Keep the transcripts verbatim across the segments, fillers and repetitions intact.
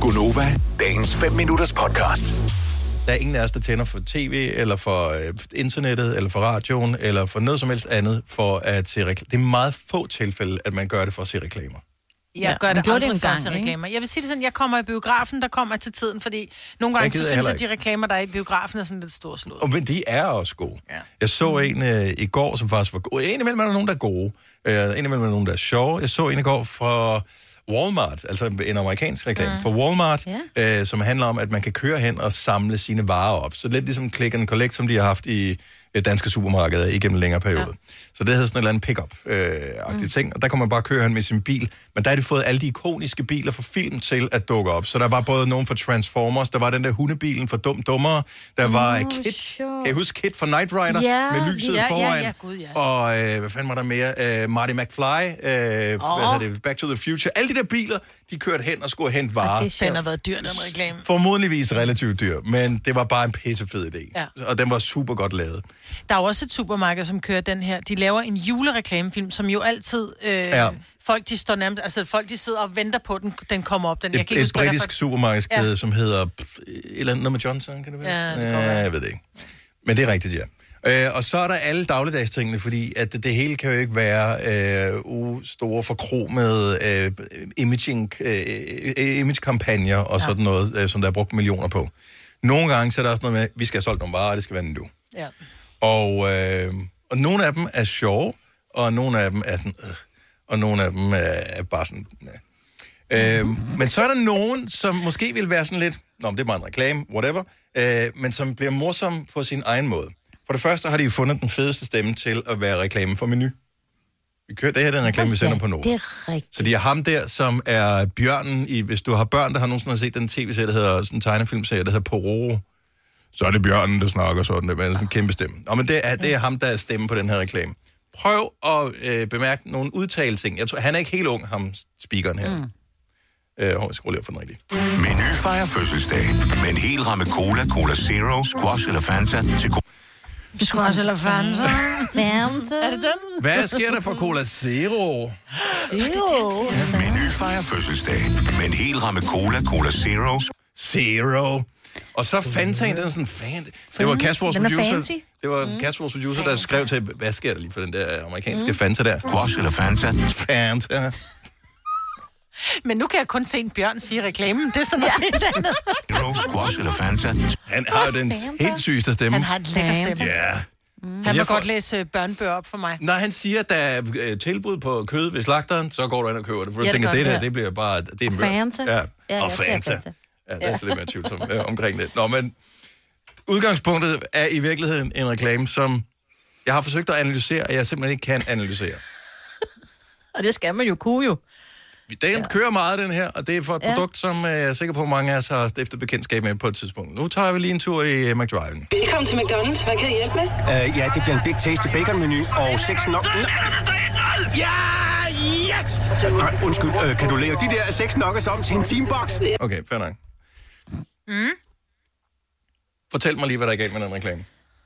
Gonova, dagens fem minutters podcast. Der er ingen af os, der tænder for tv, eller for øh, internettet, eller for radioen, eller for noget som helst andet, for at se reklamer. Det er meget få tilfælde, at man gør det for at se reklamer. Jeg Ja, gør det gjorde aldrig det for at engang, se ikke? reklamer. Jeg vil sige det sådan, jeg kommer i biografen, der kommer jeg til tiden, fordi nogle gange så gider jeg synes jeg, heller at de reklamer, der er i biografen, er sådan lidt storslået. Og men de er også gode. Ja. Jeg så en øh, i går, som faktisk var god. Indimellem er der nogen, der er gode. Øh, indimellem er der nogen, der er sjove. Jeg så en i går fra Walmart, altså en amerikansk reklame mm. for Walmart, ja. øh, som handler om, at man kan køre hen og samle sine varer op. Så lidt ligesom click and collect, som de har haft i øh, danske supermarkeder igennem en længere periode. Ja. Så det hedder sådan en eller anden pick-up-agtig øh, mm. ting, og der kan man bare køre hen med sin bil. Men der har de fået alle de ikoniske biler fra film til at dukke op. Så der var både nogen fra Transformers, der var den der hundebilen for Dum Dummere, der oh, var Kit, sure. Kan I huske Kit fra Knight Rider? Ja, med lyset ja, foran. Ja, ja, Gud, ja. Og øh, hvad fanden var der mere? Øh, Marty McFly, øh, oh. hvad hedder det? Back to the Future. Alle de der biler, de kørte hen og skulle hente varer. Den har været dyr, den reklame. Formodentligvis relativt dyr, men det var bare en pissefed idé. Ja. Og den var super godt lavet. Der er også et supermarked, som kører den her. De laver en julereklamefilm, som jo altid... Øh, ja. Folk, de står nærmest... Altså, folk, de sidder og venter på, den, den kommer op. Den, Et, jeg kan ikke et huske, britisk for... supermarkedskæde, Ja. som hedder... Et eller andet med Johnson, kan det være? Ja, det kan ja, være. jeg ved det ikke. Men det er rigtigt, ja. Øh, og så er der alle dagligdagstingene, fordi at det, det hele kan jo ikke være øh, uh, store forkromede øh, imaging, øh, image-kampagner og sådan noget, øh, som der er brugt millioner på. Nogle gange så er der også noget med, vi skal have solgt nogle varer, og det skal være nu. Ja. Og, øh, og nogle af dem er sjove, og nogle af dem er sådan... Øh, og nogle af dem er bare sådan... Ja. Øh, men så er der nogen, som måske vil være sådan lidt... Nå, det er bare en reklame, whatever. Øh, men som bliver morsom på sin egen måde. For det første har de fundet den fedeste stemme til at være reklame for Menu. Vi kører det her, den reklame, vi sender på Nova. Det er rigtigt. Så de har ham der, som er bjørnen i... Hvis du har børn, der har nogensinde har set den tv-serie, der hedder... Sådan en tegnefilmserie, der hedder Pororo. Så er det bjørnen, der snakker sådan. Det er sådan en kæmpe stemme. Nå, men det er, det er ham, der er stemme på den her reklame. Prøv at øh, bemærke nogle udtalelser. Jeg tror, han er ikke helt ung, ham speakeren her. Mm. Øh, jeg skal lige op for den rigtige. Menu fejrer fødselsdag med en hel ramme cola, Cola Zero, squash eller Fanta til cola. Squash eller Fanta? Fanta. Er det den? Hvad sker der for Cola Zero? Zero. Menu fejrer fødselsdag med en hel ramme cola, Cola Zero. Zero. Og så Fantaen, den er sådan fan. Det var Kasper, vores Den er producer. fancy. Det var mm. Kasper, vores producer, der skrev til, hvad sker der lige for den der amerikanske mm. Fanta der? Squash eller Fanta. Fanta. Men nu kan jeg kun se en bjørn sige reklamen. Det er sådan noget helt andet. Zero, squash eller Fanta. Han har jo den helt sygeste stemme. Han har en lækker stemme. Ja. Mm. Han må får... godt læse børnebøger op for mig. Når han siger, at der er øh, tilbud på kød ved slagteren, så går du ind og køber det. For du Ja, tænker, det det gør der, det. det bliver bare... Det er en Fanta. Ja, Ja, og ja, Fanta. Fanta. Ja, det er så lidt mere tvivlsom ja, omkring det. Nå, men udgangspunktet er i virkeligheden en reklame, som jeg har forsøgt at analysere, og jeg simpelthen ikke kan analysere. Og det skal man jo kunne jo. Den ja. kører meget, den her, og det er for et ja. produkt, som jeg er sikker på, at mange af os har stiftet bekendtskab med på et tidspunkt. Nu tager vi lige en tur i McDriven. Velkommen til McDonald's. Hvad kan jeg hjælpe med? Uh, ja, det bliver en Big Tasty Bacon-menu og seks nok... Ja! Yes! Nej, undskyld, uh, kan du lave de der seks nuggets om til en teambox? Okay, fair nok. Mm. Fortæl mig lige, hvad der er galt med den reklame.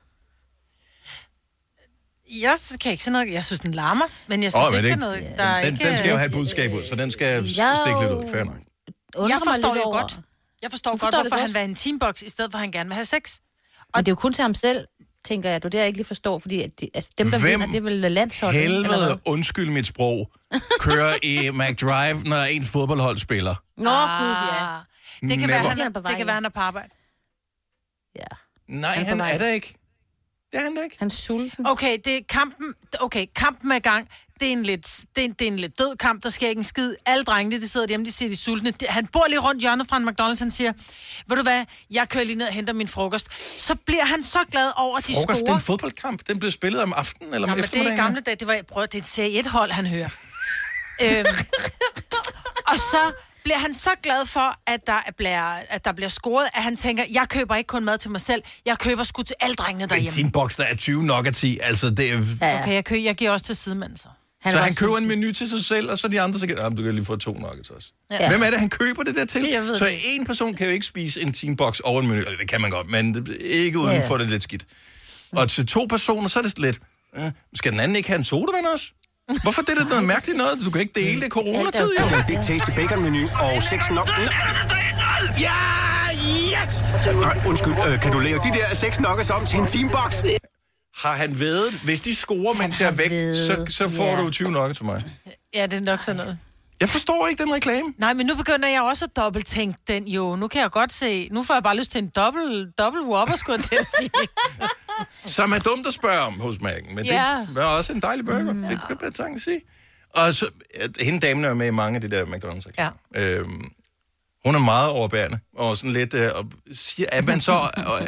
Jeg kan ikke se noget. Jeg synes, den larmer, men jeg synes oh, ikke, ikke, noget. Der er den, ikke... den skal jo have et budskab ud, så den skal Jeg stikke lidt ud. Fair nok. Jeg forstår jo godt. Jeg forstår godt, forstår hvorfor det han godt. vil have en teambox, i stedet for, at han gerne vil have sex. Og det er jo kun til ham selv, tænker jeg. Du det jeg ikke lige forstår, fordi at de, altså, dem, der Hvem vinder, det er vel landsholdet. eller hvad? helvede, undskyld mit sprog, kører i McDrive, når en fodboldhold spiller? Nå, Ah, gud, ja. Det kan, Never. være, Han han, er er, på vej det kan være, han er på arbejde. Ja. Nej, Han er han på vej. er der ikke. Det er han da ikke. Han er sulten. Okay, det er kampen, okay, kampen er i gang. Det er en lidt, det er, en- det er en lidt død kamp, der sker ikke en skid. Alle drengene, de sidder hjemme, de siger, de er sultne. De- Han bor lige rundt hjørnet fra en McDonald's, han siger, ved du hvad, jeg kører lige ned og henter min frokost. Så bliver han så glad over, at de Frokost, det er scorer. en fodboldkamp. Den blev spillet om aftenen eller Nå, om men det er i eftermiddagen. gamle dage, det var, prøv, det er et serie et-hold, han hører. øhm, og så bliver han så glad for, at der, bliver, at der bliver scoret, at han tænker, jeg køber ikke kun mad til mig selv, jeg køber sgu til alle drengene En derhjemme. teambox, der er tyve nuggets i. Altså, det er... Ja, ja. Okay, jeg, køber, jeg giver også til sidemanden så. Så er han også køber sulten. en menu til sig selv, og så de andre, så kan jamen, du kan lige få to nuggets også. Ja. Hvem er det, han køber det der til? Jeg ved Så det. en person kan jo ikke spise en teambox over en menu. Eller det kan man godt, men det- ikke uden Ja. at få det lidt skidt. Og til to personer, så er det lidt... Øh, skal den anden ikke have en sodavand også? Hvorfor det er det noget mærkeligt noget? Du kan ikke dele det coronatid, jo. Det bliver en Big Tasty Bacon-menu og seks nok... Ja! Yes! Nej, undskyld, øh, kan du lave de der seks nuggets om til en teambox? Har han vedet, hvis de scorer, mens jeg er væk, så, så får Ja. du tyve nuggets til mig? Ja, det er nok sådan noget. Jeg forstår ikke den reklame. Nej, men nu begynder jeg også at dobbelttænke den jo. Nu kan jeg godt se... Nu får jeg bare lyst til en dobbelt, dobbelt Whopper, skulle jeg til at sige. Som er dumt at spørge om hos Mac'en, men Ja. det er også en dejlig burger. Mm. Det kan jeg tanken sige. Og så, at hende damen er med i mange af de der McDonald's. Ja. Øhm, hun er meget overbærende, og sådan lidt... Øh, og siger, at man så... Øh,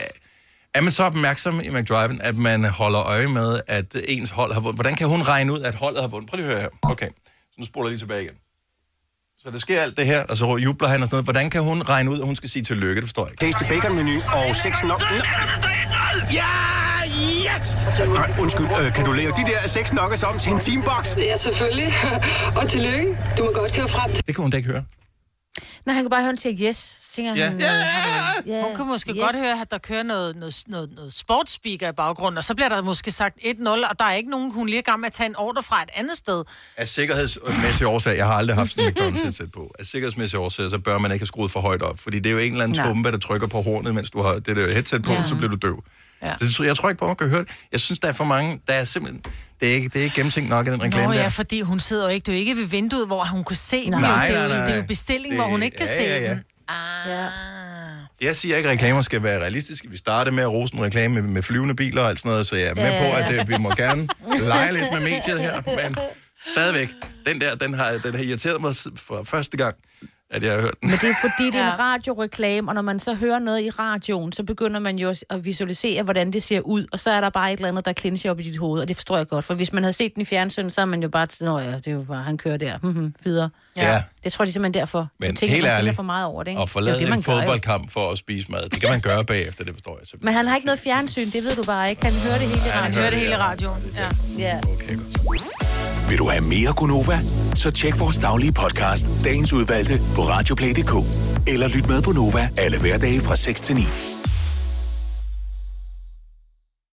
er man så opmærksom i McDriven, at man holder øje med, at ens hold har vundet? Hvordan kan hun regne ud, at holdet har vundet? Prøv lige at høre her. Okay, så nu spoler jeg lige tilbage igen. Så der sker alt det her, og så jubler han og sådan noget. Hvordan kan hun regne ud, at hun skal sige tillykke? Det forstår jeg ikke. Tasty bacon-menu og seks nuggets. Ja! Yes! Nej, undskyld, øh, kan du lave de der seks nuggets om til en teambox? Ja, selvfølgelig. Og tillykke. Du må godt køre frem til... Det kan hun da ikke høre. Nej, han kan bare høre, han siger yes, synger Ja. han. Ja. Ja. Hun kan måske Yes. yes. godt høre, at der kører noget, noget, noget, noget sportsspeaker i baggrunden, og så bliver der måske sagt et nul, og der er ikke nogen, hun lige er i gang med at tage en ordre fra et andet sted. Af sikkerhedsmæssige årsager, jeg har aldrig haft sådan en McDonald's headset på. Af sikkerhedsmæssige årsager, så bør man ikke have skruet for højt op, fordi det er jo en eller anden Nej. trumpe, der trykker på hornet, mens du har det der headset på, ja. Så bliver du døv. Ja. Så jeg tror ikke på, at man kan høre det. Jeg synes, der er for mange, der er simpelthen... Det er ikke, det er ikke gennemtænkt nok i den reklame Nå ja, der. fordi hun sidder jo ikke, det er jo ikke ved vinduet, hvor hun kan se den. Nej, det, er nej, jo, nej, det er jo nej. bestilling, Det- hvor hun ikke kan ja, se ja, ja. den. Ah. Ja. Jeg siger ikke, at reklamer skal være realistiske. Vi starter med at rose en reklame med, med flyvende biler og alt sådan noget, så jeg er med Ja, på, ja, at det, vi må gerne lege lidt med mediet her. Men stadigvæk, den der, den har, den har irriteret mig s- for første gang, at jeg har hørt den. Men det er fordi, det er en Ja. radioreklame, og når man så hører noget i radioen, så begynder man jo at visualisere, hvordan det ser ud, og så er der bare et eller andet, der clincher op i dit hoved, og det forstår jeg godt, for hvis man havde set den i fjernsyn, så er man jo bare, nå ja, det er jo bare, han kører der, mm-hmm, videre. Ja. Det tror jeg simpelthen derfor. Men Jeg tænker, helt man tænker ærligt, for meget over det, ikke? Og Det er forlade jo det, en man gør jo. fodboldkamp for at spise mad. Det kan man gøre bagefter, det forstår jeg. Men han har ikke noget fjernsyn, det ved du bare ikke. Han hører det hele i han Han radioen. hører det hele i radioen. Ja. Ja. Okay, godt. Vil du have mere Gunova? Så tjek vores daglige podcast, dagens udvalgte, på radioplay punktum d k. Eller lyt med på Nova alle hverdage fra seks til ni.